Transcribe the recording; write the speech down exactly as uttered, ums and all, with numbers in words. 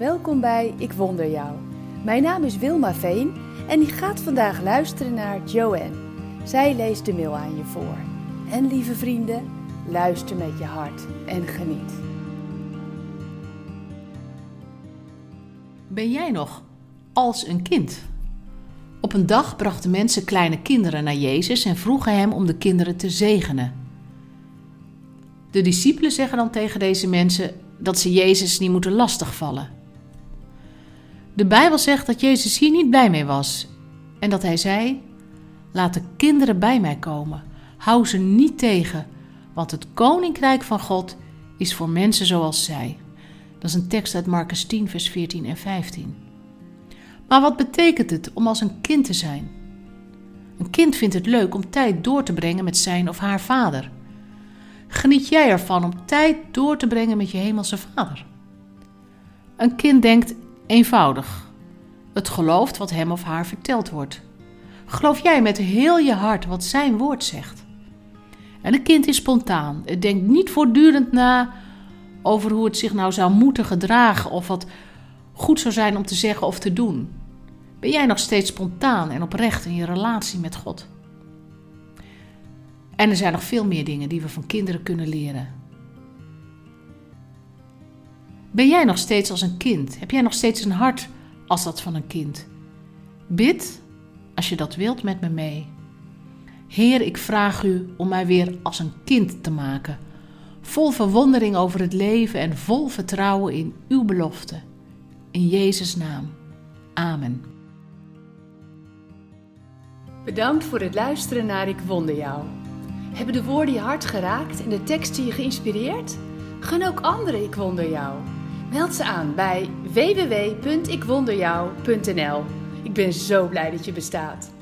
Welkom bij Ik Wonder Jou. Mijn naam is Wilma Veen en ik ga vandaag luisteren naar Joanne. Zij leest de mail aan je voor. En lieve vrienden, luister met je hart en geniet. Ben jij nog als een kind? Op een dag brachten mensen kleine kinderen naar Jezus en vroegen hem om de kinderen te zegenen. De discipelen zeggen dan tegen deze mensen dat ze Jezus niet moeten lastigvallen. De Bijbel zegt dat Jezus hier niet blij mee was en dat hij zei: laat de kinderen bij mij komen, hou ze niet tegen, want het koninkrijk van God is voor mensen zoals zij. Dat is een tekst uit Marcus tien, vers veertien en vijftien. Maar wat betekent het om als een kind te zijn? Een kind vindt het leuk om tijd door te brengen met zijn of haar vader. Geniet jij ervan om tijd door te brengen met je hemelse vader? Een kind denkt eenvoudig. Het gelooft wat hem of haar verteld wordt. Geloof jij met heel je hart wat zijn woord zegt? En een kind is spontaan. Het denkt niet voortdurend na over hoe het zich nou zou moeten gedragen of wat goed zou zijn om te zeggen of te doen. Ben jij nog steeds spontaan en oprecht in je relatie met God? En er zijn nog veel meer dingen die we van kinderen kunnen leren. Ben jij nog steeds als een kind? Heb jij nog steeds een hart als dat van een kind? Bid, als je dat wilt, met me mee. Heer, ik vraag u om mij weer als een kind te maken. Vol verwondering over het leven en vol vertrouwen in uw belofte. In Jezus' naam. Amen. Bedankt voor het luisteren naar Ik Wonder Jou. Hebben de woorden je hart geraakt en de teksten je geïnspireerd? Gun ook anderen Ik Wonder Jou. Meld ze aan bij w w w punt ik wonder jou punt n l. Ik ben zo blij dat je bestaat.